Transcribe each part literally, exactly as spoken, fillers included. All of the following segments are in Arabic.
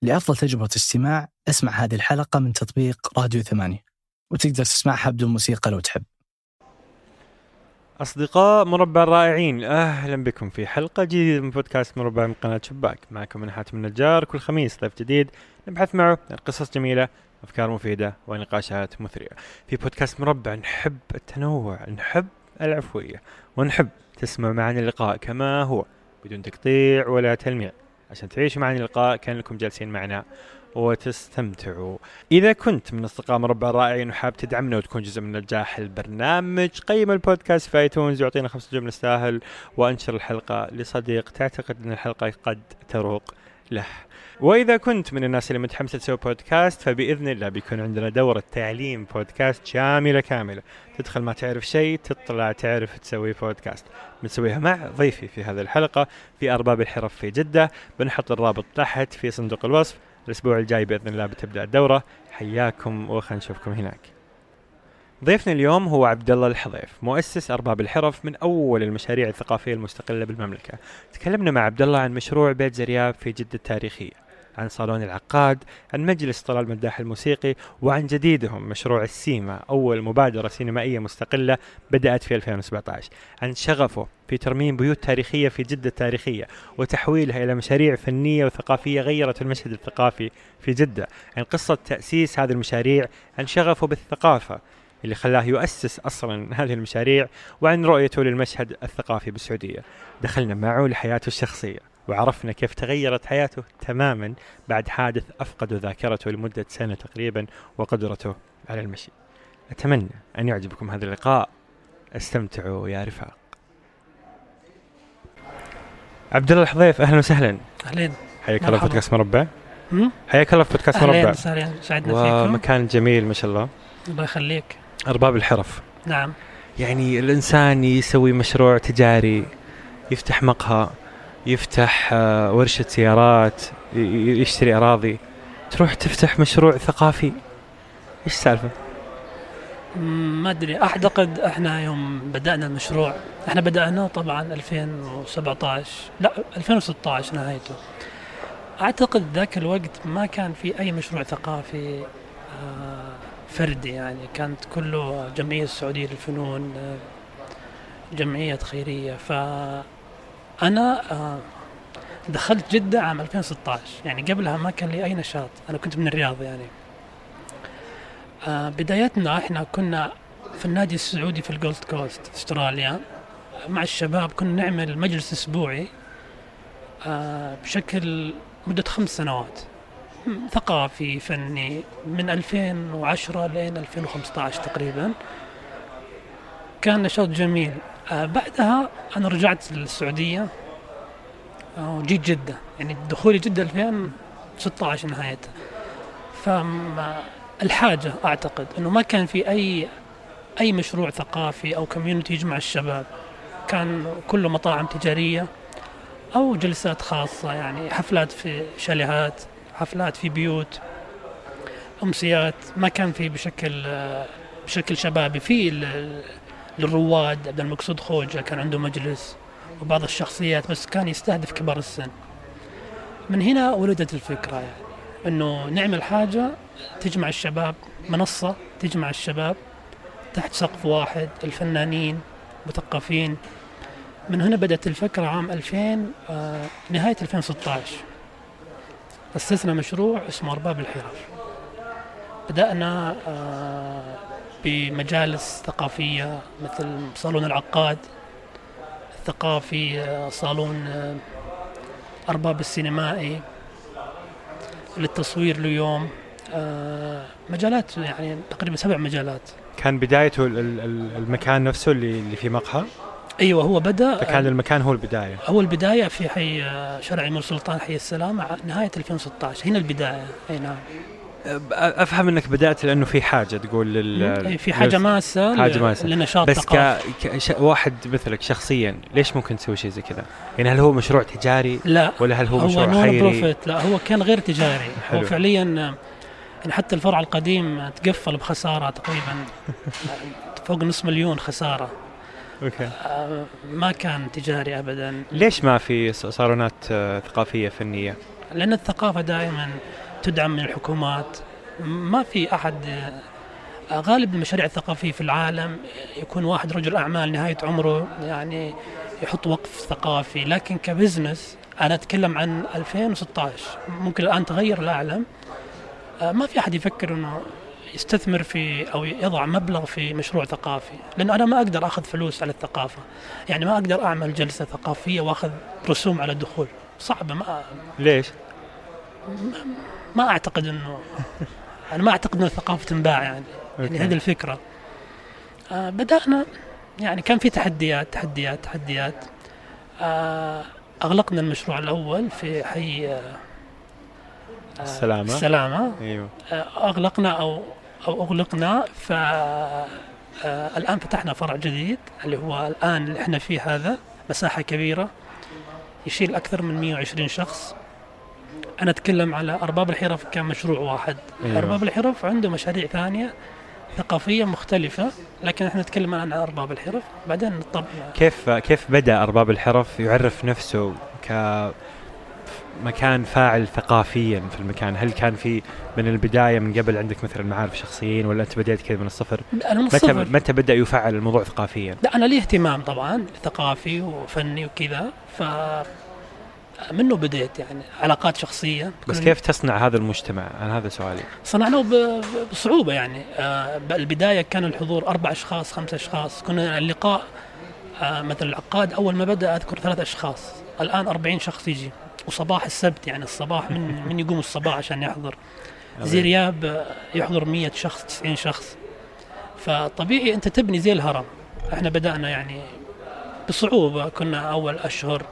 لأفضل تجربة استماع اسمع هذه الحلقة من تطبيق راديو ثمانية، وتقدر تسمعها بدون موسيقى لو تحب. أصدقاء مربع الرائعين، أهلا بكم في حلقة جديدة من بودكاست مربع من قناة شباك. معكم من حاتم النجار، كل خميس ضيف جديد نبحث معه عن قصص جميلة، أفكار مفيدة ونقاشات مثرية. في بودكاست مربع نحب التنوع، نحب العفوية، ونحب تسمع معنا اللقاء كما هو بدون تقطيع ولا تلميع، عشان تعيشوا معنا اللقاء كأنكم جالسين معنا وتستمتعوا. إذا كنت من أصدقاء مربع الرائعين وحاب تدعمنا وتكون جزء من نجاح البرنامج، قيم البودكاست في آيتونز ويعطينا خمسة نجوم نستاهل، وأنشر الحلقة لصديق تعتقد أن الحلقة قد تروق له. وإذا كنت من الناس اللي متحمسة تسوي بودكاست، فبإذن الله بيكون عندنا دورة تعليم بودكاست شاملة كاملة. تدخل ما تعرف شيء، تطلع تعرف تسوي بودكاست. بنسويها مع ضيفي في هذه الحلقة في أرباب الحرف في جدة. بنحط الرابط تحت في صندوق الوصف. الأسبوع الجاي بإذن الله بتبدأ الدورة. حياكم وخلنا نشوفكم هناك. ضيفنا اليوم هو عبد الله الحضيف، مؤسس أرباب الحرف، من أول المشاريع الثقافية المستقلة بالمملكة. تكلمنا مع عبد الله عن مشروع بيت زرياب في جدة التاريخية، عن صالون العقاد، عن مجلس طلال المداح الموسيقي، وعن جديدهم مشروع السيما، أول مبادرة سينمائية مستقلة بدأت في ألفين وسبعة عشر، عن شغفه في ترميم بيوت تاريخية في جدة التاريخية وتحويلها إلى مشاريع فنية وثقافية غيرت المشهد الثقافي في جدة، عن قصة تأسيس هذه المشاريع، عن شغفه بالثقافة اللي خلاه يؤسس أصلا هذه المشاريع، وعن رؤيته للمشهد الثقافي بالسعودية. دخلنا معه لحياته الشخصية وعرفنا كيف تغيرت حياته تماما بعد حادث أفقد ذاكرته لمدة سنة تقريبا وقدرته على المشي. أتمنى أن يعجبكم هذا اللقاء. استمتعوا يا رفاق. عبد الله الحضيف، أهلا وسهلا. أهلين. حياك الله في بودكاست مربع. حياك الله في بودكاست مربع. أهلين سهلا، سعدنا فيكم. ومكان جميل ما شاء الله. الله يخليك. أرباب الحرف. نعم. يعني الإنسان يسوي مشروع تجاري، يفتح مقهى، يفتح ورشة سيارات، يشتري أراضي، تروح تفتح مشروع ثقافي. إيش السالفة؟ ما أدري، أعتقد إحنا يوم بدأنا المشروع، إحنا بدأنا طبعا ألفين وسبعة عشر، لا ألفين وستة عشر نهايته. أعتقد ذاك الوقت ما كان في أي مشروع ثقافي فردي، يعني كانت كله جمعية السعودية للفنون، جمعية خيرية. فأنا دخلت جدة عام ألفين وستة عشر، يعني قبلها ما كان لي أي نشاط، أنا كنت من الرياض. يعني بدايتنا إحنا كنا في النادي السعودي في الجولد كوست في أستراليا مع الشباب، كنا نعمل مجلس أسبوعي بشكل مدة خمس سنوات، ثقافي فني، من ألفين وعشرة لين ألفين وخمسة عشر تقريبا. كان نشاط جميل. بعدها أنا رجعت للسعودية وجيت جدة، يعني دخولي جدة ألفين وستة عشر نهايتها. فالحاجة أعتقد أنه ما كان في أي أي مشروع ثقافي أو كوميونتي يجمع الشباب، كان كله مطاعم تجارية أو جلسات خاصة، يعني حفلات في شاليهات، حفلات في بيوت، أمسيات. ما كان في بشكل بشكل شبابي. في للرواد عبد المقصود خوجة كان عنده مجلس وبعض الشخصيات، بس كان يستهدف كبار السن. من هنا ولدت الفكرة، يعني إنه نعمل حاجة تجمع الشباب، منصة تجمع الشباب تحت سقف واحد، الفنانين مثقفين. من هنا بدأت الفكرة عام ألفين، آه نهاية ألفين وستة عشر أسسنا مشروع اسمه أرباب الحرف. بدأنا آه بمجالس ثقافية مثل صالون العقاد الثقافي، آه صالون آه أرباب السينمائي للتصوير اليوم، آه مجالات، يعني تقريبا سبع مجالات. كان بدايته المكان نفسه اللي في مقهى؟ أيوة، هو بدأ، كان المكان هو البداية. هو البداية في حي شارع أمير سلطان، حي السلام، نهاية ألفين وستة عشر هنا البداية. أي نعم. أفهم أنك بدأت لأنه في حاجة تقول لل... في حاجة ماسة، حاجة ماسة لنشاط بس ك... ك... واحد مثلك شخصيا ليش ممكن تسوي شيء زي كذا؟ يعني هل هو مشروع تجاري؟ لا، ولا هل هو, هو مشروع خيري؟ بروفيت. لا، هو كان غير تجاري. حلو. هو فعليا يعني حتى الفرع القديم تقفل بخسارة تقريبا فوق نصف مليون خسارة. أوكي. آه ما كان تجاري أبدا. ليش ما في صالونات ثقافية فنية؟ لأن الثقافة دائما تدعم من الحكومات. ما في أحد، غالب المشاريع الثقافية في العالم يكون واحد رجل أعمال نهاية عمره يعني يحط وقف ثقافي، لكن كبزنس أنا أتكلم عن ألفين وستة عشر، ممكن الآن تغير لا أعلم، ما في أحد يفكر أنه يستثمر في أو يضع مبلغ في مشروع ثقافي، لأن أنا ما أقدر أخذ فلوس على الثقافة. يعني ما أقدر أعمل جلسة ثقافية وأخذ رسوم على الدخول، صعبة. ما ليش؟ ما أعتقد أنه أنا ما أعتقد أن الثقافة تنباع يعني. يعني هذه الفكرة. آه بدأنا يعني كان في تحديات تحديات تحديات آه أغلقنا المشروع الأول في حي آه السلامة. السلامة. أيوة. آه أغلقنا أو أو أغلقنا. فالآن فتحنا فرع جديد اللي هو الآن اللي إحنا فيه، هذا مساحة كبيرة يشيل أكثر من مئة وعشرين شخص. أنا أتكلم على أرباب الحرف كان مشروع واحد. أيوة. أرباب الحرف عنده مشاريع ثانية ثقافية مختلفة، لكن احنا نتكلم عن أرباب الحرف. بعدين نطبق كيف كيف بدأ أرباب الحرف يعرف نفسه كمكان فاعل ثقافيا في المكان؟ هل كان في من البداية من قبل عندك مثلا معارف شخصيين، ولا أنت بدأت كذا من الصفر؟ أنا من متى الصفر. متى بدأ يفعل الموضوع ثقافيا؟ لا أنا لي اهتمام طبعا ثقافي وفني وكذا، ف منه بديت يعني علاقات شخصية. بس كيف تصنع هذا المجتمع؟ أنا هذا سؤالي. صنعناه بصعوبة يعني. آه البداية كان الحضور أربع أشخاص خمسة أشخاص. كنا اللقاء آه مثل العقاد أول ما بدأ أذكر ثلاث أشخاص، الآن أربعين شخص يجي، وصباح السبت يعني الصباح من من يقوم الصباح عشان يحضر. زي رياب يحضر مية شخص تسعين شخص. فطبيعي أنت تبني زي الهرم. إحنا بدأنا يعني بصعوبة. كنا أول أشهر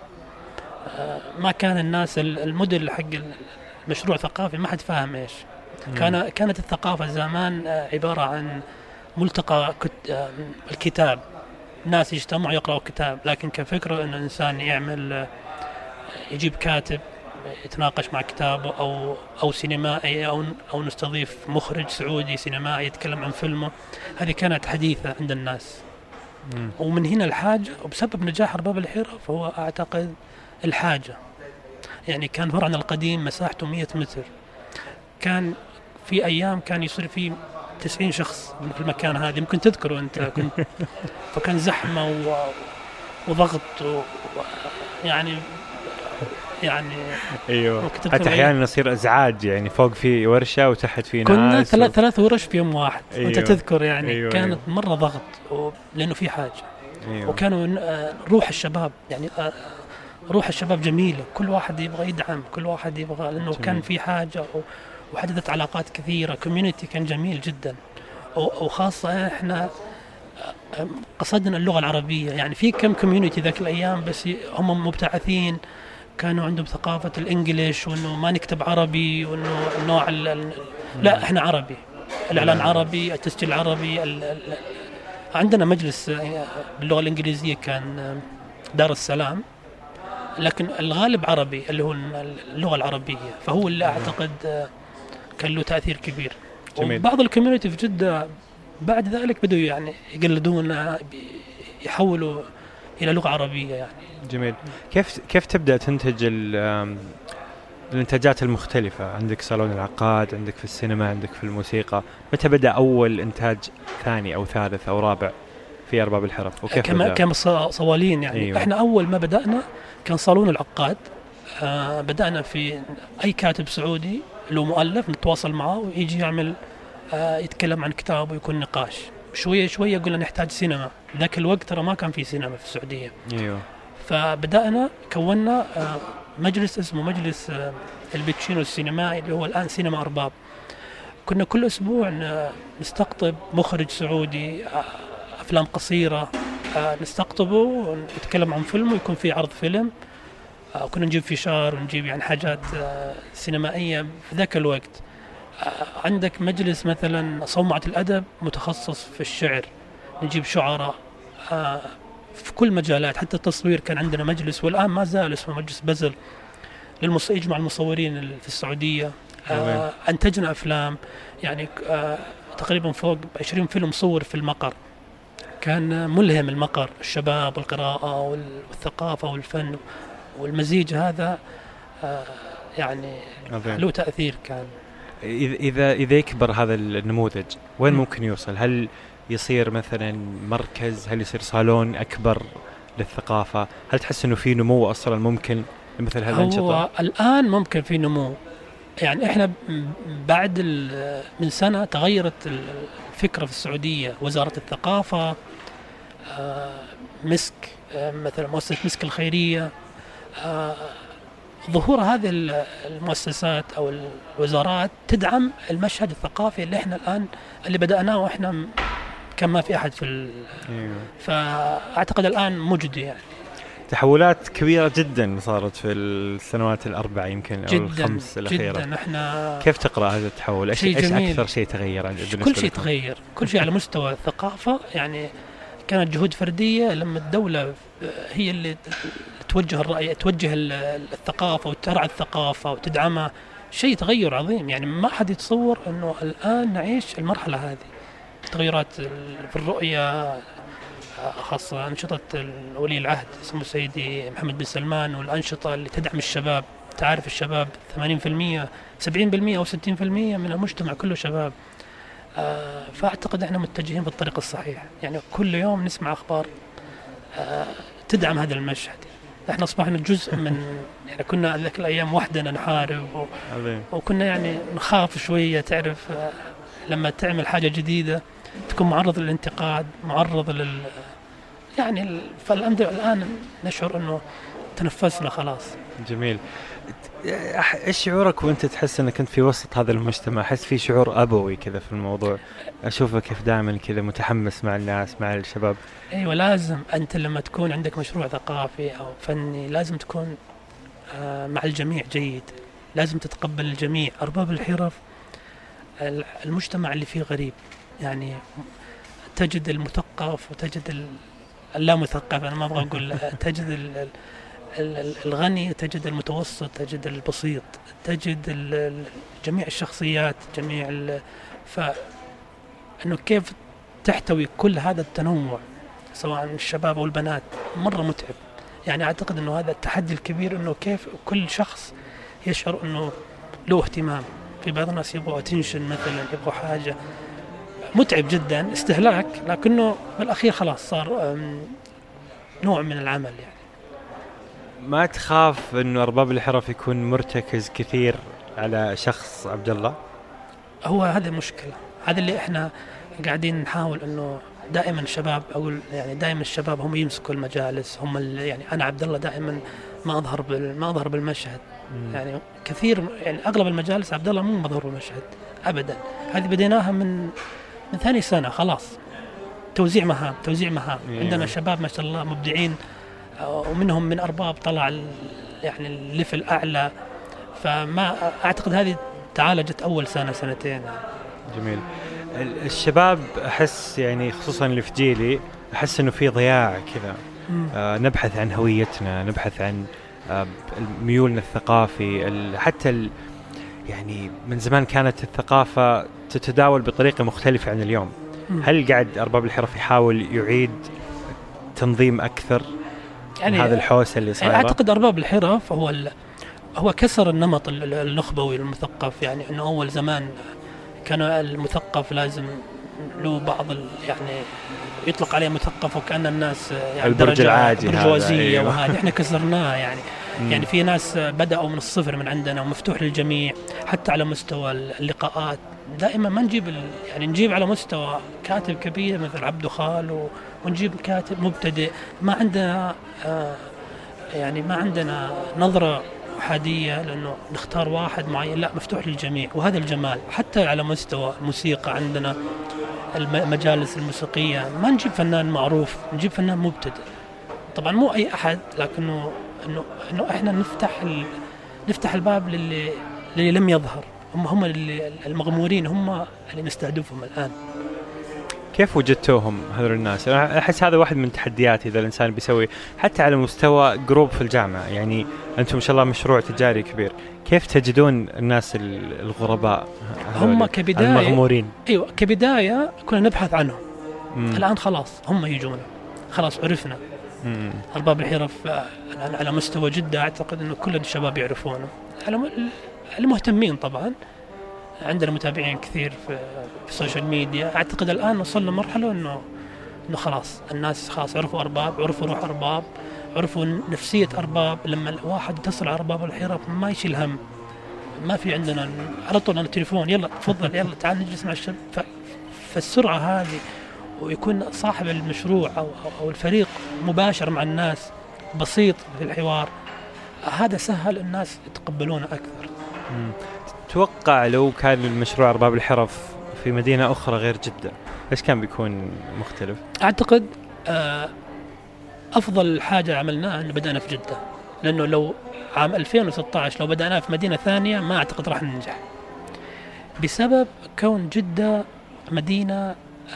ما كان الناس الموديل حق المشروع ثقافي ما حد فاهم إيش كان. كانت الثقافة زمان عبارة عن ملتقى الكتاب، الناس يجتمعوا يقرأوا كتاب، لكن كفكرة إنه الإنسان يعمل يجيب كاتب يتناقش مع كتابه، أو أو سينمائي، أو أو نستضيف مخرج سعودي سينمائي يتكلم عن فيلمه. هذه كانت حديثة عند الناس. مم. ومن هنا الحاجة، وبسبب نجاح أرباب الحرف هو أعتقد الحاجة. يعني كان فرعنا القديم مساحته مئة متر، كان في أيام كان يصير فيه تسعين شخص في المكان هذا، ممكن تذكروا أنت كنت. فكان زحمة و... وضغط و... يعني يعني ايوه حتى احيانا يصير ازعاج، يعني فوق في ورشه وتحت في ناس. كنا ثلاث و... ثلاث ورش في يوم واحد. أيوة. انت تذكر يعني. أيوة. كانت أيوة. مره ضغط و... لانه في حاجه. أيوة. وكانوا روح الشباب يعني روح الشباب جميله، كل واحد يبغى يدعم، كل واحد يبغى، لانه جميل. كان في حاجه و... وحدثت علاقات كثيره. كوميونتي كان جميل جدا، و... وخاصه احنا قصدنا اللغه العربيه. يعني في كم كوميونتي ذاك الايام بس هم مبتعثين، كانوا عندهم ثقافة الإنجليش، وإنه ما نكتب عربي، وإنه النوع ال ال لا إحنا عربي، الإعلان عربي، التسجيل عربي. ال ال عندنا مجلس باللغة الإنجليزية كان دار السلام، لكن الغالب عربي اللي هو اللغة العربية، فهو اللي أعتقد كان له تأثير كبير. وبعض الكوميونيتي في جدة بعد ذلك بدوا يعني يقلدون، يحولوا إلى لغة عربية يعني. جميل. كيف كيف تبدأ تنتج الانتاجات المختلفة؟ عندك صالون العقاد، عندك في السينما، عندك في الموسيقى. متى بدأ أول إنتاج ثاني أو ثالث أو رابع في أرباب الحرف؟ وكيف كما كما صوالين يعني. أيوة. إحنا أول ما بدأنا كان صالون العقاد. آه بدأنا في أي كاتب سعودي له مؤلف نتواصل معه ويجي يعمل آه يتكلم عن كتاب ويكون نقاش. شوية شوية قلنا نحتاج سينما. ذاك الوقت ترى ما كان في سينما في السعودية. أيوة. فبدأنا كونا مجلس اسمه مجلس البيتشينو السينمائي، اللي هو الآن سينما أرباب. كنا كل أسبوع نستقطب مخرج سعودي، أفلام قصيرة نستقطبه ونتكلم عن فيلم ويكون في عرض فيلم. كنا نجيب فشار ونجيب يعني حاجات سينمائية في ذاك الوقت. عندك مجلس مثلا صومعة الأدب متخصص في الشعر، نجيب شعراء في كل مجالات، حتى التصوير كان عندنا مجلس، والآن ما زال اسمه مجلس بزل للمص... يجمع المصورين في السعودية. آه أنتجنا أفلام يعني آه تقريبا فوق عشرين فيلم صور في المقر. كان ملهم المقر، الشباب والقراءة والثقافة والفن والمزيج هذا. آه يعني عظيم. له تأثير كان. إذا إذا إذا يكبر هذا النموذج وين ممكن يوصل؟ هل يصير مثلا مركز؟ هل يصير صالون أكبر للثقافة؟ هل تحس إنه في نمو أصلا ممكن مثل هالأنشطة؟ هو الآن ممكن في نمو، يعني إحنا بعد من سنة تغيرت الفكرة في السعودية. وزارة الثقافة، مسك مثلا مؤسسة مسك الخيرية، ظهور هذه المؤسسات أو الوزارات تدعم المشهد الثقافي اللي إحنا الآن اللي بدأناه وإحنا كان ما في أحد في ال... فأعتقد الآن مجدي يعني. تحولات كبيرة جدا صارت في السنوات الأربع يمكن أو الخمس الأخيرة. جدا. إحنا كيف تقرأ هذا التحول؟ إيش أكثر شيء تغير بالنسبة كل شيء تغير، كل شيء على مستوى الثقافة. يعني كانت جهود فردية، لما الدولة هي اللي توجه الرأي، توجه الثقافة وترعى الثقافة وتدعمها، شيء تغير عظيم. يعني ما حد يتصور أنه الآن نعيش المرحلة هذه. تغيرات في الرؤية، خاصة أنشطة ولي العهد اسمه سيدي محمد بن سلمان، والأنشطة اللي تدعم الشباب. تعرف الشباب ثمانين بالمئة سبعين بالمئة أو ستين بالمئة من المجتمع كله شباب. آه فأعتقد إحنا متجهين بالطريق الصحيح. يعني كل يوم نسمع أخبار آه تدعم هذا المشهد. إحنا أصبحنا جزء من، يعني كنا ذاك الأيام وحدنا نحارب و... وكنا يعني نخاف شوية. تعرف آه لما تعمل حاجة جديدة تكون معرض للانتقاد، معرض لل يعني. فالأمر الآن نشعر إنه تنفسنا خلاص. جميل. إيش شعورك وأنت تحس أنك كنت في وسط هذا المجتمع؟ أحس في شعور أبوي كذا في الموضوع. أشوفك كيف دائما كذا متحمس مع الناس، مع الشباب. أيوة، لازم أنت لما تكون عندك مشروع ثقافي أو فني لازم تكون آه مع الجميع جيد. لازم تتقبل الجميع، أرباب الحرف. المجتمع اللي فيه غريب، يعني تجد المثقف وتجد اللا مثقف. أنا ما أبغى أقول تجد الغني، تجد المتوسط، تجد البسيط، تجد جميع الشخصيات، جميع فإنه كيف تحتوي كل هذا التنوع سواء الشباب أو البنات مرة متعب. يعني أعتقد إنه هذا التحدي الكبير، إنه كيف كل شخص يشعر إنه له اهتمام. في بعض الناس يبغوا attention مثلا، يبغوا حاجة. متعب جدا، استهلاك، لكنه بالأخير خلاص صار نوع من العمل. يعني ما تخاف إنه أرباب الحرف يكون مرتكز كثير على شخص عبد الله؟ هو هذا المشكلة، هذا اللي إحنا قاعدين نحاول إنه دائما الشباب، أقول يعني دائما الشباب هم يمسكوا المجالس، هم يعني أنا عبد الله دائما ما أظهر ما أظهر بالمشهد. مم. يعني كثير، يعني أغلب المجالس عبد الله مو مظهر بالمشهد أبدا. هذه بديناها من من ثاني سنة خلاص. توزيع مهام توزيع مهام yeah. عندنا شباب ما شاء الله مبدعين، ومنهم من أرباب طلع يعني الليفل أعلى. فما أعتقد هذه تعالجت أول سنة سنتين. جميل. الشباب أحس يعني خصوصا اللي في جيلي أحس إنه في ضياع كذا. آه نبحث عن هويتنا، نبحث عن آه ميولنا الثقافي. حتى ال يعني من زمان كانت الثقافة تتداول بطريقة مختلفة عن اليوم. م. هل قاعد أرباب الحرف يحاول يعيد تنظيم أكثر يعني هذا الحوسة اللي صايرة؟ أعتقد أرباب الحرف هو هو كسر النمط النخبوي المثقف. يعني إنه أول زمان كان المثقف لازم له بعض يعني يطلق عليه مثقف، وكأن الناس يعني البرج العاجي برجوازية. وهذا إحنا كسرناه. يعني يعني في ناس بدأوا من الصفر من عندنا ومفتوح للجميع. حتى على مستوى اللقاءات دائما ما نجيب يعني نجيب على مستوى كاتب كبير مثل عبدو خال، ونجيب كاتب مبتدئ. ما عندنا آه يعني ما عندنا نظرة أحادية لأنه نختار واحد معين، لا مفتوح للجميع. وهذا الجمال. حتى على مستوى الموسيقى عندنا المجالس الموسيقية ما نجيب فنان معروف، نجيب فنان مبتدئ. طبعا مو أي أحد، لكنه إنه إنه إحنا نفتح نفتح الباب للي اللي لم يظهر. هم هم اللي المغمورين، هم اللي نستهدفهم الآن. كيف وجدتوهم هذول الناس؟ أنا أحس هذا واحد من تحديات إذا الإنسان بيسوي حتى على مستوى جروب في الجامعة. يعني أنتم إن شاء الله مشروع تجاري كبير، كيف تجدون الناس الغرباء هم كبداية المغمورين؟ أيوة كبداية كنا نبحث عنهم. مم. الآن خلاص هم يجونا، خلاص عرفنا. مم. أرباب الحرف الآن على مستوى جدة أعتقد إنه كل الشباب يعرفونه. المهتمين طبعا. عندنا متابعين كثير في, في السوشيال ميديا. أعتقد الآن وصلنا مرحلة إنه إنه خلاص الناس خلاص عرفوا أرباب، عرفوا روح أرباب، عرفوا نفسية أرباب. لما الواحد يتصل على أرباب الحرف ما يشيل هم، ما في عندنا على طول التليفون يلا تفضل يلا تعال نجلس مع الشباب. فالسرعة هذه ويكون صاحب المشروع أو, أو الفريق مباشر مع الناس، بسيط في الحوار، هذا سهل الناس يتقبلونه أكثر. مم. تتوقع لو كان المشروع أرباب الحرف في مدينة أخرى غير جدة إيش كان بيكون مختلف؟ أعتقد أفضل حاجة عملناها أنه بدأنا في جدة، لأنه لو عام ألفين وستة عشر لو بدأنا في مدينة ثانية ما أعتقد راح ننجح، بسبب كون جدة مدينة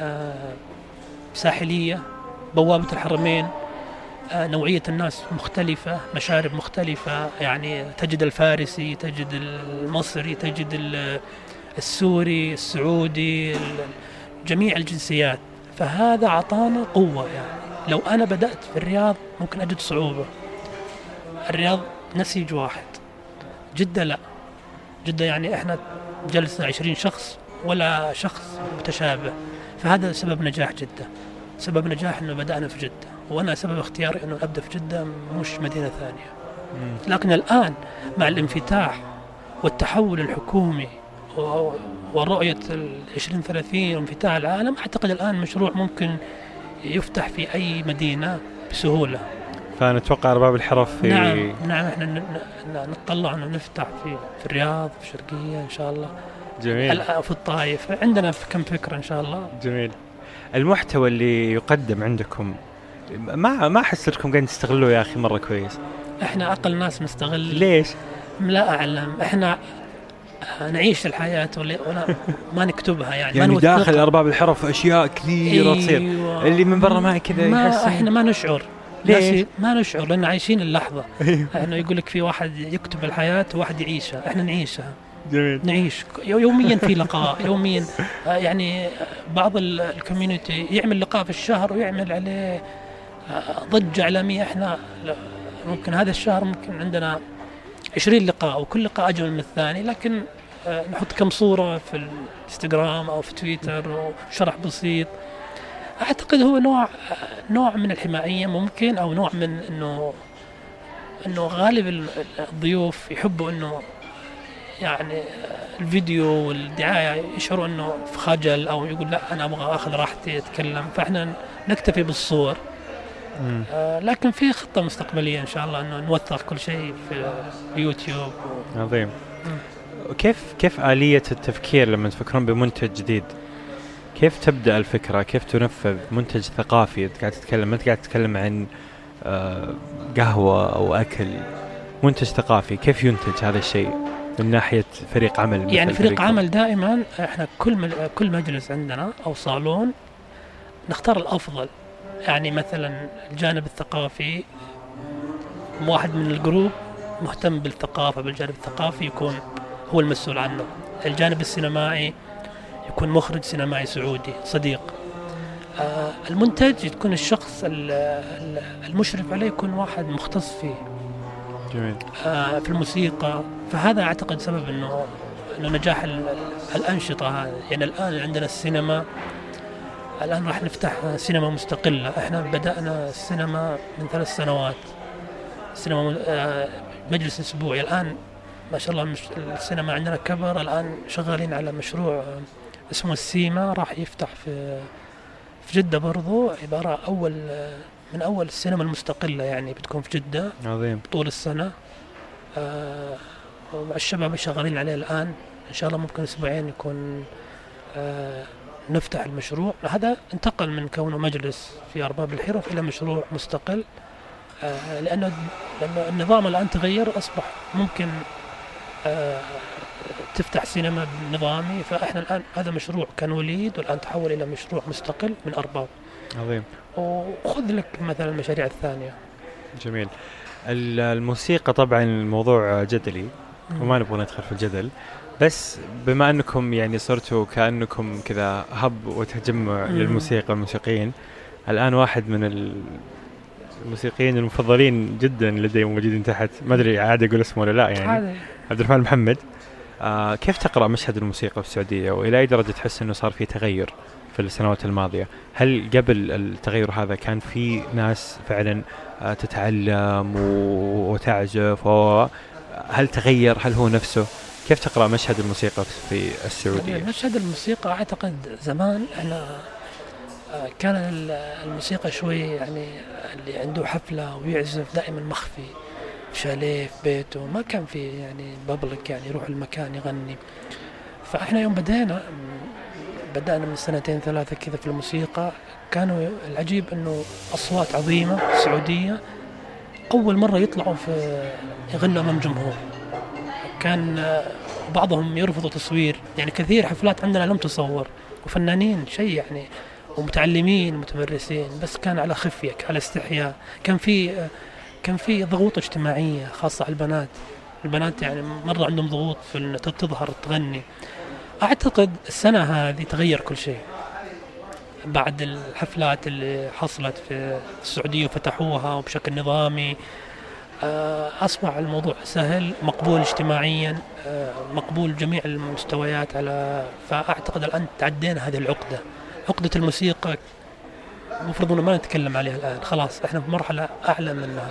ساحلية، بوابة الحرمين، نوعية الناس مختلفة، مشارب مختلفة، يعني تجد الفارسي، تجد المصري، تجد السوري، السعودي، جميع الجنسيات. فهذا عطانا قوة. يعني لو أنا بدأت في الرياض ممكن أجد صعوبة. الرياض نسيج واحد، جدة لا، جدة يعني إحنا جلسة عشرين شخص ولا شخص متشابه. فهذا سبب نجاح جدة، سبب نجاح إنه بدأنا في جدة، وأنا سبب اختياري إنه أبدأ في جدة مش مدينة ثانية. لكن الآن مع الانفتاح والتحول الحكومي ورؤية العشرين ثلاثين وانفتاح العالم، أعتقد الآن مشروع ممكن يفتح في أي مدينة بسهولة. فنتوقع أرباب الحرف في نعم نعم إحنا نتطلع إنه نفتح في في الرياض، في الشرقية إن شاء الله. جميل. في الطائف عندنا في كم فكرة إن شاء الله. جميل. المحتوى اللي يقدم عندكم ما ما أحس لكم قاعدين تستغلوه يا أخي مرة كويس. إحنا أقل ناس نستغل. ليش؟ لا أعلم. إحنا نعيش الحياة ولا ما نكتبها يعني. يعني داخل أرباب الحرف أشياء كثيرة تصير. أيوة. اللي من برا ما كذا يحس. إحنا ما نشعر. ليش؟ ما نشعر لأن عايشين اللحظة. إنه يقول لك في واحد يكتب الحياة وواحد يعيشها، إحنا نعيشها. جميل. نعيش يوميا في لقاء يوميا. يعني بعض الكوميونتي يعمل لقاء في الشهر ويعمل عليه ضجة إعلامية. إحنا ممكن هذا الشهر ممكن عندنا عشرين لقاء وكل لقاء أجمل من الثاني، لكن نحط كم صورة في الانستغرام أو في تويتر وشرح بسيط. أعتقد هو نوع نوع من الحمائية ممكن، أو نوع من إنه إنه غالب الضيوف يحبوا إنه يعني الفيديو والدعاية يشعروا إنه في خجل، أو يقول لا أنا أبغى أخذ راحتي أتكلم، فإحنا نكتفي بالصور. آه لكن في خطة مستقبلية إن شاء الله إنه نوثق كل شيء في اليوتيوب. عظيم. كيف كيف آلية التفكير لما تفكرون بمنتج جديد؟ كيف تبدأ الفكرة؟ كيف تنفذ منتج ثقافي؟ أنت قاعد تتكلم ما قاعد تتكلم عن آه قهوة أو أكل، منتج ثقافي. كيف ينتج هذا الشيء من ناحية فريق عمل؟ يعني فريق عمل دائما إحنا كل كل مجلس عندنا أو صالون نختار الأفضل. يعني مثلا الجانب الثقافي واحد من الجروب مهتم بالثقافة، بالجانب الثقافي يكون هو المسؤول عنه. الجانب السينمائي يكون مخرج سينمائي سعودي صديق. آه المنتج يكون الشخص المشرف عليه يكون واحد مختص فيه. جميل. آه في الموسيقى. فهذا أعتقد سبب إنه إنه نجاح الأنشطة هذه. يعني الآن عندنا السينما، الآن راح نفتح سينما مستقلة. إحنا بدأنا السينما من ثلاث سنوات، سينما آه مجلس أسبوعي. الآن ما شاء الله السينما عندنا كبر. الآن شغالين على مشروع اسمه السيما، راح يفتح في في جدة برضو، عبارة أول من أول السينما المستقلة يعني بتكون في جدة. عظيم. طول السنة. آه مع الشباب شغالين عليه الآن، إن شاء الله ممكن أسبوعين يكون آه نفتح المشروع. هذا انتقل من كونه مجلس في أرباب الحرف إلى مشروع مستقل. آه لأنه لأنه النظام الآن تغير، أصبح ممكن آه تفتح سينما نظامي. فإحنا الآن هذا مشروع كان وليد والآن تحول إلى مشروع مستقل من أرباب. عظيم. وخذ لك مثلا المشاريع الثانية. جميل. الموسيقى طبعا الموضوع جدلي وما نبغى ندخل في الجدل، بس بما أنكم يعني صرتوا كأنكم كذا هب وتجمع للموسيقى والموسيقيين، الآن واحد من الموسيقيين المفضلين جدا لدي موجودين تحت، ما ادري عاد اقول اسمه ولا لا يعني، عادي. عبد الرحمن محمد. آه كيف تقرأ مشهد الموسيقى في السعودية، وإلى أي درجة تحس إنه صار في تغير في السنوات الماضية؟ هل قبل التغير هذا كان في ناس فعلا آه تتعلم وتعزف، هل تغير؟ هل هو نفسه؟ كيف تقرأ مشهد الموسيقى في السعودية؟ مشهد الموسيقى أعتقد زمان أنا كان الموسيقى شوي يعني اللي عنده حفلة ويعزف دائما مخفي في شاليه في بيته، ما كان في يعني بابليك يعني يروح المكان يغني. فإحنا يوم بدينا بدأنا من سنتين ثلاثة كذا في الموسيقى، كانوا العجيب إنه أصوات عظيمة سعودية أول مرة يطلعوا في يغنوا أمام جمهور. كان بعضهم يرفضوا تصوير، يعني كثير حفلات عندنا لم تصور، وفنانين شيء يعني ومتعلمين متمرسين، بس كان على خفية على استحياء. كان في كان في ضغوط اجتماعية خاصة على البنات. البنات يعني مرة عندهم ضغوط في أن تظهر تغني. أعتقد السنة هذه تغير كل شيء بعد الحفلات اللي حصلت في السعودية وفتحوها وبشكل نظامي. أصبح الموضوع سهل، مقبول اجتماعيا، مقبول جميع المستويات. على فأعتقد الآن تعدينا هذه العقدة، عقدة الموسيقى المفروض أنه ما نتكلم عليها الآن، خلاص إحنا في مرحلة أعلى منها.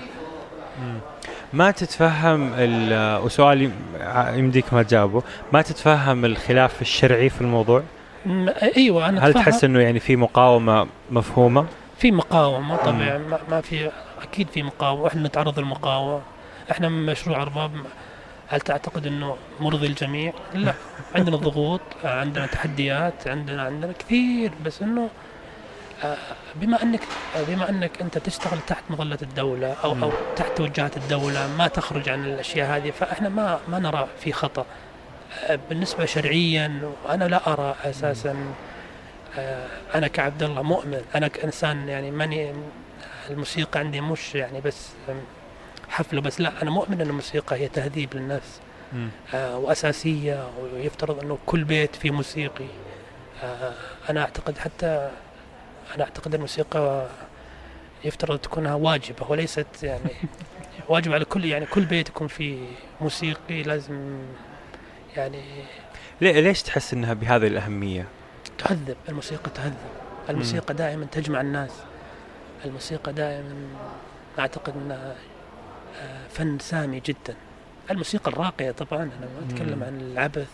ما تتفهم وسؤالي يمديك ما تجاوبه، ما تتفهم الخلاف الشرعي في الموضوع؟ أيوة أنا هل تحس أنه يعني في مقاومة مفهومة؟ في مقاومة طبعا، ما, ما في أكيد في مقاومة، وإحنا نتعرض للمقاومة. إحنا من مشروع أرباب، هل تعتقد أنه مرضي الجميع؟ لا، عندنا ضغوط، عندنا تحديات، عندنا عندنا كثير، بس إنه بما أنك بما أنك أنت تشتغل تحت مظلة الدولة أو أو تحت توجهات الدولة، ما تخرج عن الأشياء هذه، فإحنا ما ما نرى في خطأ. بالنسبة شرعيا أنا لا أرى أساسا. أنا كعبد الله مؤمن، أنا كإنسان يعني ماني الموسيقى عندي مش يعني بس حفله بس، لا، أنا مؤمن أن الموسيقى هي تهذيب للنفس آه وأساسية، ويفترض أنه كل بيت فيه موسيقي. آه أنا أعتقد حتى أنا أعتقد الموسيقى يفترض تكونها واجبة وليست يعني واجب على كل يعني كل بيت يكون فيه موسيقي لازم يعني. ليش تحس أنها بهذه الأهمية؟ تهذب الموسيقى، تهذب الموسيقى دائما تجمع الناس. الموسيقى دائما أعتقد أنها فن سامي جدا. الموسيقى الراقية طبعا أنا ما أتكلم عن العبث،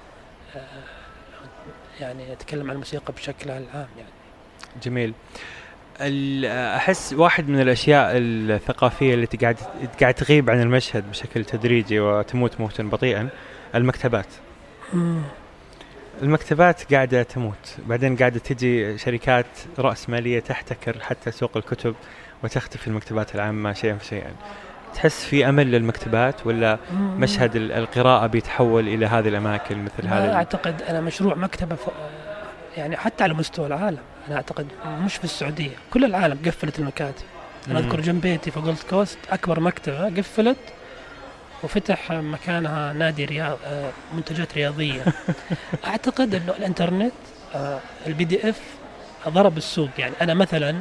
يعني أتكلم عن الموسيقى بشكلها العام يعني. جميل. أحس واحد من الأشياء الثقافية التي قاعد قاعد تغيب عن المشهد بشكل تدريجي وتموت موتا بطيئا، المكتبات. مم. المكتبات قاعدة تموت، بعدين قاعدة تجي شركات رأسمالية تحتكر حتى سوق الكتب وتختفي المكتبات العامة شيئا فشيئا. تحس في أمل للمكتبات، ولا مشهد القراءة بيتحول إلى هذه الأماكن مثل هذا؟ أنا أعتقد أنا مشروع مكتبة يعني حتى على مستوى العالم. أنا أعتقد مش في السعودية، كل العالم قفلت المكاتب. أنا أذكر جنب بيتي في جولد كوست أكبر مكتبة قفلت وفتح مكانها نادي رياض منتجات رياضية. أعتقد أنه الإنترنت البي دي إف ضرب السوق. يعني أنا مثلا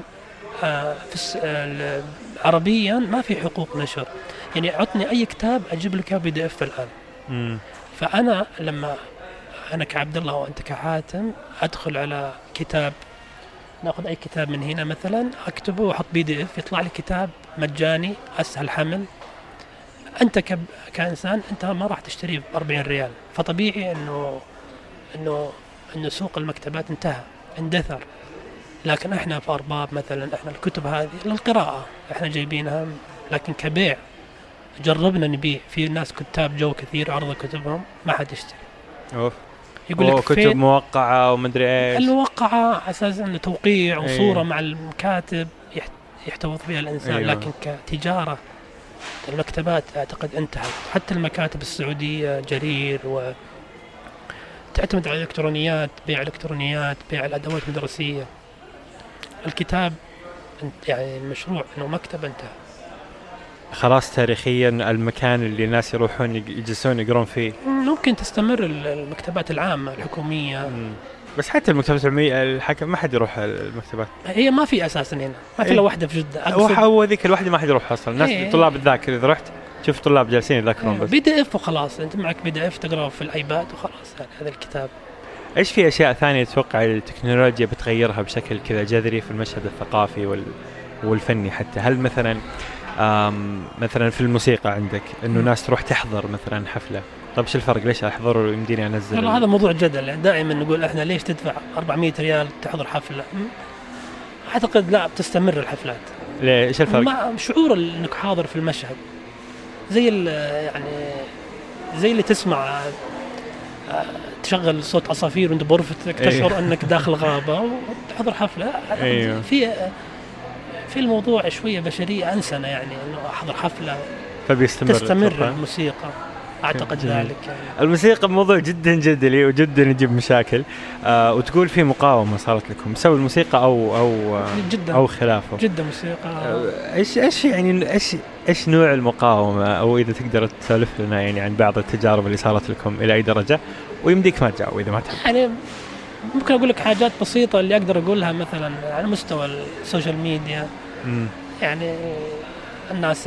في عربيا ما في حقوق نشر، يعني عطني أي كتاب أجيب لك بي دي إف الآن. مم. فأنا لما أنا كعبد الله وأنت كحاتم أدخل على كتاب، نأخذ أي كتاب من هنا مثلا أكتبه وأحط بي دي إف، يطلع لي كتاب مجاني أسهل حمل. أنت ك... كإنسان أنت ما راح تشتريه بأربعين ريال، فطبيعي إنه إنه إنه سوق المكتبات انتهى اندثر. لكن إحنا في أرباب مثلا إحنا الكتب هذه للقراءة إحنا جايبينها، لكن كبيع جربنا نبيع. في ناس كتاب جو كثير عرض كتبهم ما حد يشتري. أوف. يقول لك كتب موقعة ومدري إيش. الموقعة أساساً إنه توقيع وصورة أيه. مع المكاتب يحتفظ بها الإنسان. أيوة. لكن كتجارة المكتبات أعتقد انتهت. حتى المكاتب السعودية جرير وتعتمد على الإلكترونيات، بيع الإلكترونيات، بيع الأدوات المدرسية. الكتاب يعني المشروع إنه مكتب انتهى خلاص. تاريخيا المكان اللي الناس يروحون يجلسون يقرون فيه. ممكن تستمر المكتبات العامة الحكومية. م. بس حتى المكتبات العلمية الحكم ما حد يروح المكتبات. هي ما في أساسا هنا، ما في إلا واحدة في جدة. هو ذيك الواحدة ما حد يروح أصلا. الناس إيه. طلاب الذاكر إذا رحت شوف طلاب جالسين يذاكرون بس. بي دي إف وخلاص، أنت معك بي دي إف تقرأه في الآيباد وخلاص. يعني هذا الكتاب. إيش في أشياء ثانية تتوقع التكنولوجيا بتغيرها بشكل كذا جذري في المشهد الثقافي وال والفني حتى؟ هل مثلا مثلا في الموسيقى عندك إنه ناس تروح تحضر مثلا حفلة، طب شو الفرق؟ ليش أحضر ويمديني أنزل؟ والله هذا موضوع جدل. يعني دائما نقول إحنا ليش تدفع أربعمية ريال تحضر حفلة؟ أعتقد لا، بتستمر الحفلات. ليه؟ إيش الفرق؟ مع شعور إنك حاضر في المشهد، زي يعني زي اللي تسمع تشغل صوت عصافير وانت بغرفتك تشعر أيوه. انك داخل غابة وتحضر حفلة. أيوه. في في الموضوع شوية بشرية أنسنا، يعني انه احضر حفلة فبيستمر تستمر الموسيقى. اعتقد ذلك. يعني الموسيقى موضوع جدا جدلي وجدا يجيب مشاكل. آه وتقول في مقاومة صارت لكم بسبب الموسيقى او او جدا او خلافه. جدا موسيقى. آه ايش ايش يعني ايش ايش نوع المقاومة، او اذا تقدر تسولف لنا يعني عن بعض التجارب اللي صارت لكم الى اي درجة، ويمديك ما تجاوب إذا ما تحب. يعني ممكن أقول لك حاجات بسيطة اللي أقدر أقولها مثلا على مستوى السوشيال ميديا. م. يعني الناس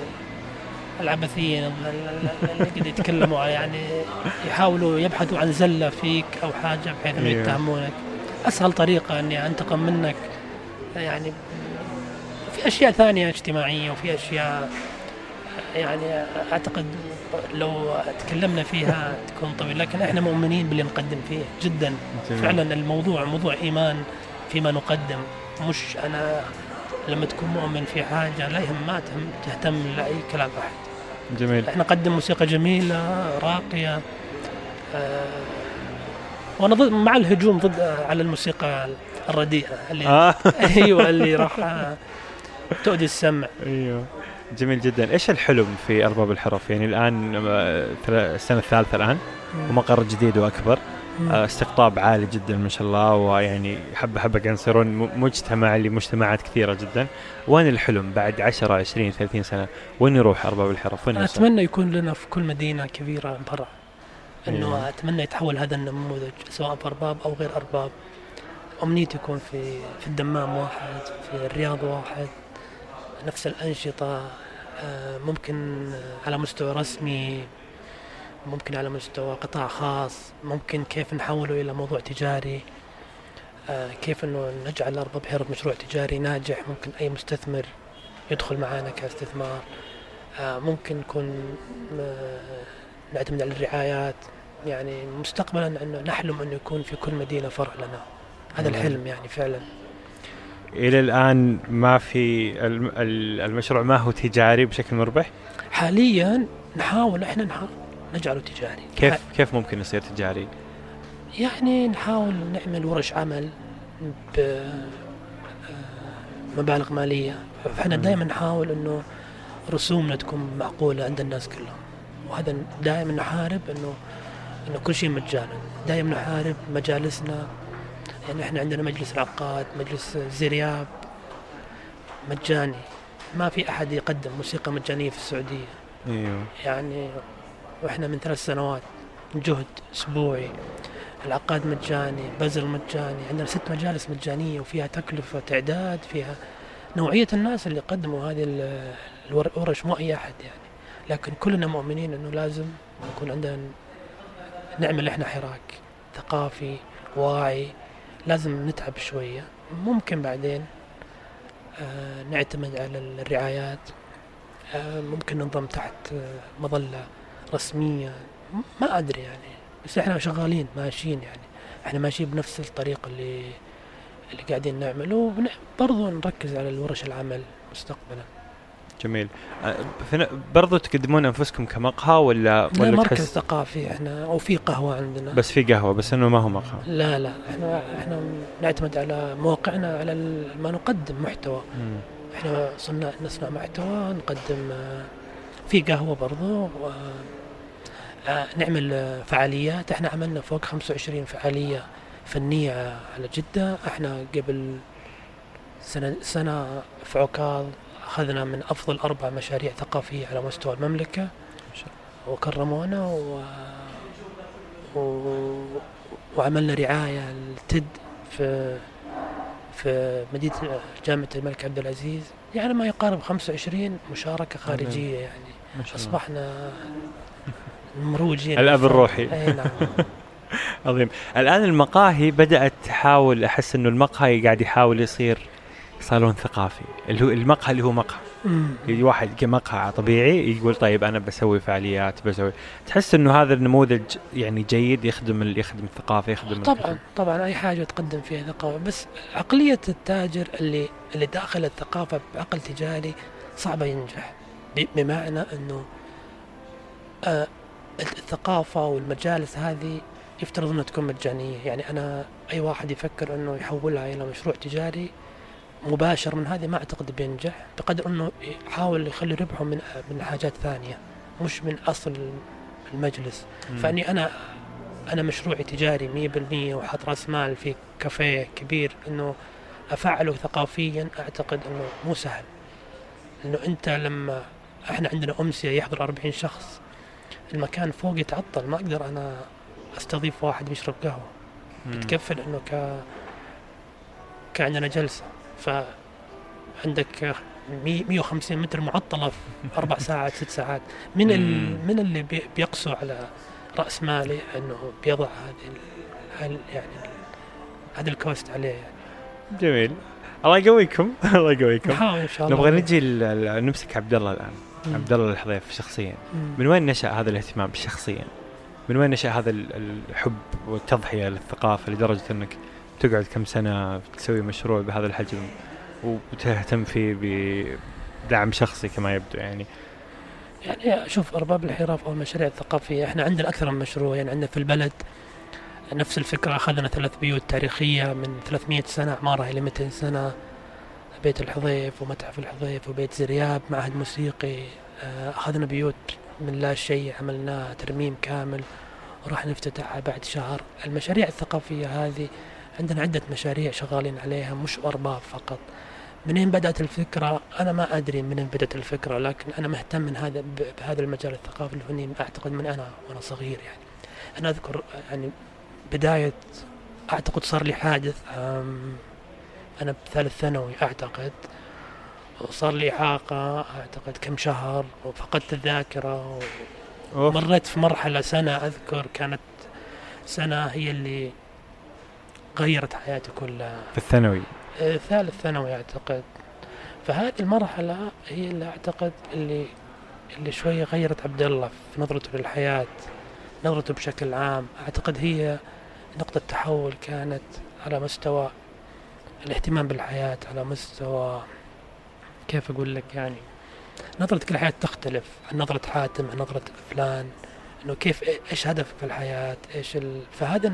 العبثيين اللي قد يتكلموا يعني يحاولوا يبحثوا عن زلة فيك أو حاجة بحيث أن يتهمونك. أسهل طريقة أني أنتقم منك. يعني في أشياء ثانية اجتماعية وفي أشياء يعني أعتقد لو تكلمنا فيها تكون طويل، لكن إحنا مؤمنين باللي نقدم فيه جدا. جميل. فعلا الموضوع موضوع إيمان فيما نقدم. مش أنا لما تكون مؤمن في حاجة لا يهم ما تهتم لأي كلام أحد. جميل. إحنا نقدم موسيقى جميلة راقية. آه وأنا ضد مع الهجوم ضد على الموسيقى الرديئة اللي آه. أيوة اللي راح تؤذي السمع. أيوة. جميل جدا. إيش الحلم في أرباب الحرف؟ يعني الآن السنة الثالثة الآن ومقر جديد وأكبر، استقطاب عالي جدا ما شاء الله، ويعني حبة حبة قاعد يصيرون مجتمع لمجتمعات كثيرة جدا. وين الحلم بعد عشرة عشرين ثلاثين سنة؟ وين يروح أرباب الحرف؟ وين أتمنى يكون لنا في كل مدينة كبيرة برا، إنه أيوة. أتمنى يتحول هذا النموذج سواء في أرباب أو غير أرباب. أمنيتي يكون في في الدمام واحد، في الرياض واحد، نفس الأنشطة. ممكن على مستوى رسمي، ممكن على مستوى قطاع خاص، ممكن كيف نحوله إلى موضوع تجاري، كيف إنه نجعل أرباب الحرف مشروع تجاري ناجح. ممكن أي مستثمر يدخل معنا كاستثمار. ممكن نكون نعتمد على الرعايات. يعني مستقبلا إنه نحلم إنه يكون في كل مدينة فرع لنا. هذا الحلم يعني فعلا. إلى الآن ما في المشروع ما هو تجاري بشكل مربح؟ حاليا نحاول إحنا نحاول نجعله تجاري. كيف ح... كيف ممكن يصير تجاري؟ يعني نحاول نعمل ورش عمل بمبالغ مالية. فإحنا دائما نحاول إنه رسومنا تكون معقولة عند الناس كلهم، وهذا دائما نحارب إنه إنه كل شيء مجانا. دائما نحارب مجالسنا. يعني إحنا عندنا مجلس العقاد، مجلس زرياب مجاني. ما في أحد يقدم موسيقى مجانية في السعودية. أيوه. يعني وإحنا من ثلاث سنوات جهد أسبوعي. العقاد مجاني، بزل مجاني، عندنا ست مجالس مجانية وفيها تكلفة تعداد، فيها نوعية الناس اللي قدموا هذه الورش مو أي أحد يعني. لكن كلنا مؤمنين إنه لازم يكون عندنا نعمل إحنا حراك ثقافي واعي. لازم نتعب شوية. ممكن بعدين آه نعتمد على الرعايات. آه ممكن ننضم تحت آه مظلة رسمية. ما أدري يعني، بس إحنا شغالين ماشيين. يعني إحنا ماشيين بنفس الطريقة اللي اللي قاعدين نعمله. برضو نركز على الورش العمل مستقبلا. جميل. برضو تقدمون أنفسكم كمقهى ولا ولا مركز تحس... ثقافي إحنا، أو في قهوة عندنا. بس في قهوة بس إنه ما هو مقهى. لا لا إحنا إحنا نعتمد على مواقعنا على ما نقدم محتوى. مم. إحنا صنع نصنع محتوى نقدم في قهوة برضو. نعمل فعاليات. إحنا عملنا فوق خمسة وعشرين فعالية فنية على جدة. إحنا قبل سنة سنة في عكاظ أخذنا من أفضل أربع مشاريع ثقافية على مستوى المملكة وكرمونا و... و... وعملنا رعاية للتد في في مدينة جامعة الملك عبد العزيز، يعني ما يقارب خمسة وعشرين مشاركة خارجية، يعني أصبحنا مروجين الأب الروحي. أي نعم. عظيم. الآن المقاهي بدأت تحاول، أحس إنه المقهى قاعد يحاول يصير صالون ثقافي، اللي هو المقهى اللي هو مقهى. يجي واحد كمقهى طبيعي يقول طيب أنا بسوي فعاليات بسوي، تحس إنه هذا النموذج يعني جيد يخدم ال... يخدم الثقافة يخدم طبعا الكتب. طبعا أي حاجة تقدم فيها ثقافة، بس عقلية التاجر اللي اللي داخل الثقافة بعقل تجاري صعبة ينجح، بمعنى إنه آه الثقافة والمجالس هذه يفترض أنها تكون مجانية. يعني أنا أي واحد يفكر أنه يحولها إلى مشروع تجاري مباشر من هذه ما أعتقد بينجح، بقدر أنه يحاول يخلي ربحه من من حاجات ثانية مش من أصل المجلس. م. فأني أنا أنا مشروعي تجاري مية بالمية وحط رأس مال في كافيه كبير، أنه أفعله ثقافيا أعتقد أنه مو سهل. أنه أنت لما إحنا عندنا أمسية يحضر أربعين شخص، المكان فوق يتعطل، ما أقدر أنا أستضيف واحد بيشرب قهوة، بتكفل إنه ك كعندنا جلسة، فعندك مية وخمسين متر معطلة في أربع ساعات ست ساعات. من ال... من اللي بي... بيقسو على رأس مالي إنه بيضع هذه ال... يعني هذا الكوست عليه يعني. جميل، الله يقويكم. الله يقويكم. نحاول إن شاء الله. نبغى نجي ل... نمسك عبد الله الآن. مم. عبد الله الحضيف شخصيا، مم. من وين نشأ هذا الاهتمام شخصيا؟ من وين نشأ هذا الحب والتضحية للثقافة لدرجة أنك تقعد كم سنة تسوي مشروع بهذا الحجم وتهتم فيه بدعم شخصي كما يبدو؟ يعني يعني شوف أرباب الحراف أو المشاريع الثقافية إحنا عندنا أكثر من مشروع. يعني عندنا في البلد نفس الفكرة، أخذنا ثلاث بيوت تاريخية من ثلاثمية سنة، عمارة إلى مئتين سنة، بيت الحضيف ومتحف الحضيف وبيت زرياب، معهد موسيقي. أخذنا بيوت من لا شيء عملناه ترميم كامل وراح نفتتحها بعد شهر. المشاريع الثقافية هذه عندنا عدة مشاريع شغالين عليها، مش أرباب فقط. منين بدأت الفكرة أنا ما أدري منين بدأت الفكرة، لكن أنا مهتم من هذا بهذا المجال الثقافي الفني أعتقد من أنا وأنا صغير. يعني أنا أذكر يعني بداية، أعتقد صار لي حادث أنا بثالث ثانوي أعتقد، وصار لي إعاقة أعتقد كم شهر وفقدت الذاكرة، ومريت في مرحلة سنة أذكر كانت سنة هي اللي غيرت حياتي كلها في الثانوي. آه ثالث ثانوي أعتقد. فهذه المرحلة هي اللي أعتقد اللي اللي شوية غيرت عبد الله في نظرته للحياة، نظرته بشكل عام. أعتقد هي نقطة تحول كانت على مستوى الاهتمام بالحياة، على مستوى كيف أقول لك يعني نظرتك للحياة تختلف عن نظرة حاتم عن نظرة فلان، إنه كيف إيش هدفك في الحياة إيش ال... فهذا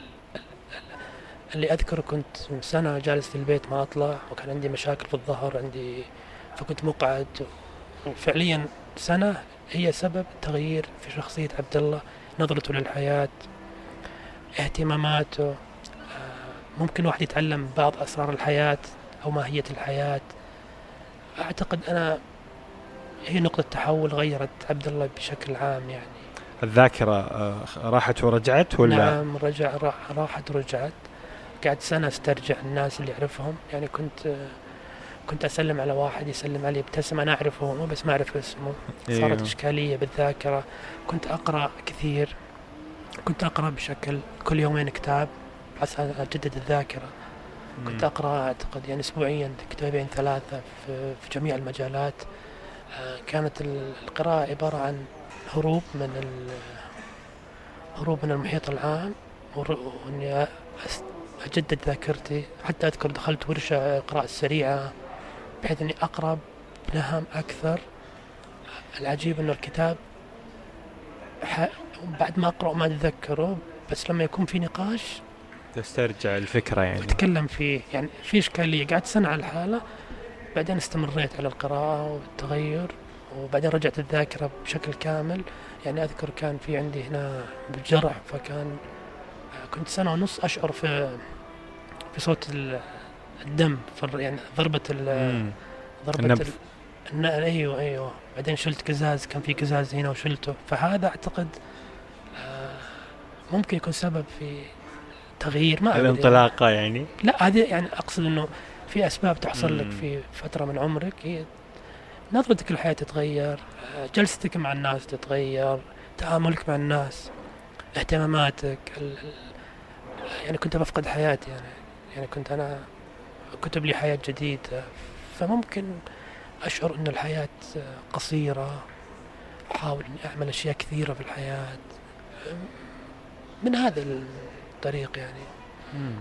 اللي أذكر كنت سنة جالس في البيت ما أطلع، وكان عندي مشاكل في الظهر عندي، فكنت مقعد. وفعليا سنة هي سبب تغيير في شخصية عبد الله، نظرته للحياة، اهتماماته. ممكن واحد يتعلم بعض أسرار الحياة أو ماهية الحياة. أعتقد أنا هي نقطة تحول غيرت عبد الله بشكل عام. يعني الذاكرة راحت ورجعت ولا؟ نعم رجع راحت ورجعت. قعدت سنة استرجع الناس اللي أعرفهم. يعني كنت كنت أسلم على واحد يسلم علي ابتسم أنا أعرفه هو بس ما أعرف اسمه. صارت إيه. إشكالية بالذاكرة. كنت أقرأ كثير، كنت أقرأ بشكل كل يومين كتاب عشان أجدد الذاكرة. كنت أقرأ أعتقد يعني أسبوعيا كتابين ثلاثة في, في جميع المجالات. كانت القراءة عبارة عن هروب من هروب من المحيط العام، وإني أجدد ذاكرتي. حتى أذكر دخلت ورشة قراءة سريعة بحيث إني أقرأ بنهم أكثر. العجيب إنه الكتاب بعد ما أقرأ ما أتذكره، بس لما يكون في نقاش تسترجع الفكرة يعني تتكلم فيه. يعني في إشكالية. قعدت سنة على الحالة، بعدين استمريت على القراءة والتغير، وبعدين رجعت الذاكرة بشكل كامل. يعني أذكر كان في عندي هنا بالجرح، فكان كنت سنة ونص أشعر في في صوت الدم، يعني ضربة ال ضربة النبض. ال... أيوة أيوة. بعدين شلت قزاز، كان في قزاز هنا وشلته. فهذا أعتقد ممكن يكون سبب في تغيير ما الانطلاقة يعني. لا هذه يعني أقصد إنه في أسباب تحصل لك في فترة من عمرك، هي نظرتك للحياة تتغير، جلستك مع الناس تتغير، تعاملك مع الناس، اهتماماتك ال... يعني كنت بفقد حياتي يعني يعني كنت أنا كتب لي حياة جديدة، فممكن أشعر أن الحياة قصيرة، أحاول أني أعمل أشياء كثيرة في الحياة من هذا الطريق يعني. مم.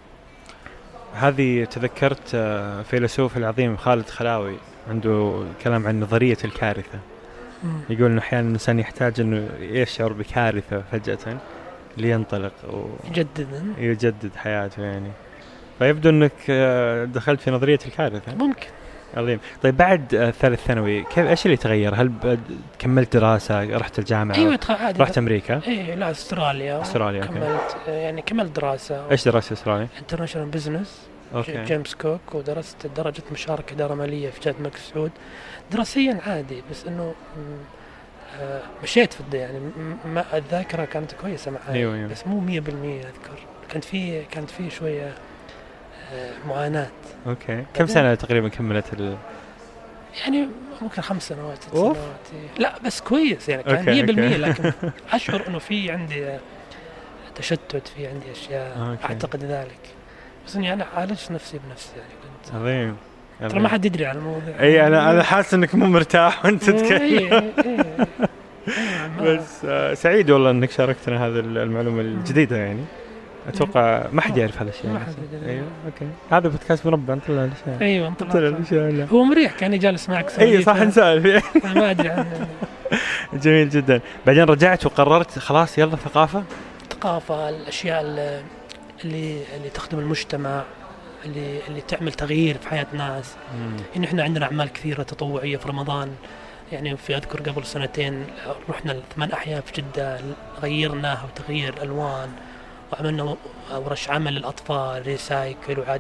هذه تذكرت فيلسوف العظيم خالد خلاوي عنده كلام عن نظرية الكارثة. مم. يقول إنه أحيانا الإنسان يحتاج إنه يشعر بكارثة فجأة لينطلق ويجدد يجدد حياته يعني. فيبدو أنك دخلت في نظرية الكارثة. ممكن. عظيم. طيب بعد ثالث ثانوي كيف إيش اللي تغير؟ هل كملت دراسة، رحت الجامعة؟ أيوة رحت أمريكا؟ إيه لا أستراليا. أستراليا. كملت يعني كملت دراسة. إيش درست أستراليا؟ International Business. أوكي. جيمس كوك، ودرست درجة مشاركة إدارة مالية في جامعة الملك سعود. دراسيا عادي، بس إنه مشيت في الد يعني ما الذاكرة كانت كويسة معي. أيوة أيوة. بس مو مية بالمية أذكر، كانت في كانت في شوية معاناة. أوكي. كم سنة تقريبا كملت ال... يعني ممكن خمس سنوات ست سنوات. لا بس كويس يعني كان مية بالمية، لكن أشعر إنه في عندي تشتت، في عندي أشياء. أوكي. أعتقد ذلك، بس إني أنا عالجت نفسي بنفسي يعني كنت. عظيم. ترى ما حد يدري عن الموضوع. أي أنا أنا حاسس إنك مو مرتاح وأنت تتكلم. إيه إيه إيه. بس آه سعيد والله إنك شاركتنا هذه المعلومة الجديدة يعني. أتوقع ما حد يعرف هذا الشيء. ما حد يدري. أيوه أوكي. هذا بودكاست مربع نطلع الأشياء. أيوه نطلع الأشياء. هو مريح كأني جالس معك. أي صح نسولف. ما أدري عنه. جميل جدا. بعدين رجعت وقررت خلاص يلا ثقافة. ثقافة الأشياء اللي اللي تخدم المجتمع، اللي اللي تعمل تغيير في حياة الناس. إنه إحنا عندنا أعمال كثيرة تطوعية في رمضان يعني. في أذكر قبل سنتين رحنا ثمان أحياء في جدة، غيرناها وتغيير الألوان، وعملنا ورش عمل للأطفال ريسايكل، وعاد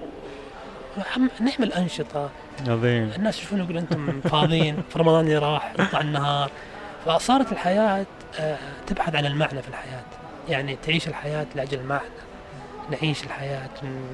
نعمل أنشطة. عظيم. الناس يشوفون يقول أنتم فاضيين في رمضان اللي راح يطلع النهار. فصارت الحياة تبحث عن المعنى في الحياة، يعني تعيش الحياة لأجل المعنى، نعيش الحياة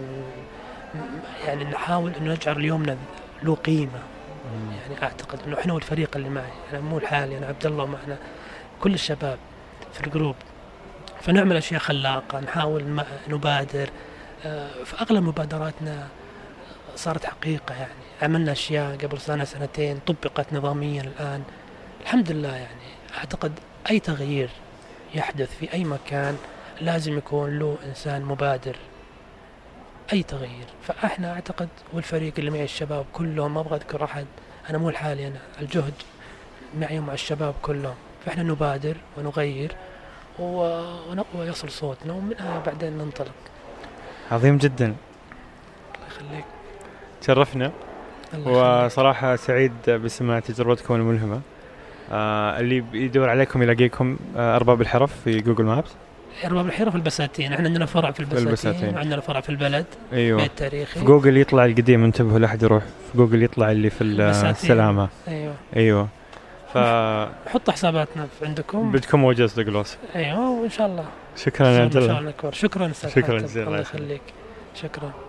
يعني نحاول أنه نجعل اليومنا له قيمة. يعني أعتقد أنه إحنا والفريق اللي معي، أنا مو الحالي، أنا عبد الله ومعنا كل الشباب في الجروب، فنعمل أشياء خلاقة، نحاول نبادر. فأغلب مبادراتنا صارت حقيقة يعني. عملنا أشياء قبل سنة سنتين طبقت نظاميا الآن الحمد لله. يعني أعتقد أي تغيير يحدث في أي مكان لازم يكون له إنسان مبادر، أي تغيير. فإحنا أعتقد والفريق اللي معي الشباب كلهم، ما أبغى أذكر أحد، أنا مو الحالي، أنا الجهد معي ومع الشباب كلهم. فإحنا نبادر ونغير ويصل صوتنا، ومنها بعدين ننطلق. عظيم جدا. الله يخليك. تشرفنا وصراحة سعيد بسماع تجربتكم الملهمة. آه اللي يدور عليكم يلاقيكم آه أرباب الحرف في جوجل مابس. أرباب الحرف البساتين، احنا عندنا فرع في البساتين, البساتين. وعندنا فرع في البلد. أيوة. بيت تاريخي. في جوجل يطلع القديم، انتبهوا لا أحد يروح في جوجل يطلع اللي في السلامة. أيوة. أيوة. ف حط حساباتنا عندكم. بدكم موجود في الجلوس. أيوة وإن شاء الله. شكرا يا عبد الله. شكرا. شكرا جزيلا. الله يخليك. شكرا.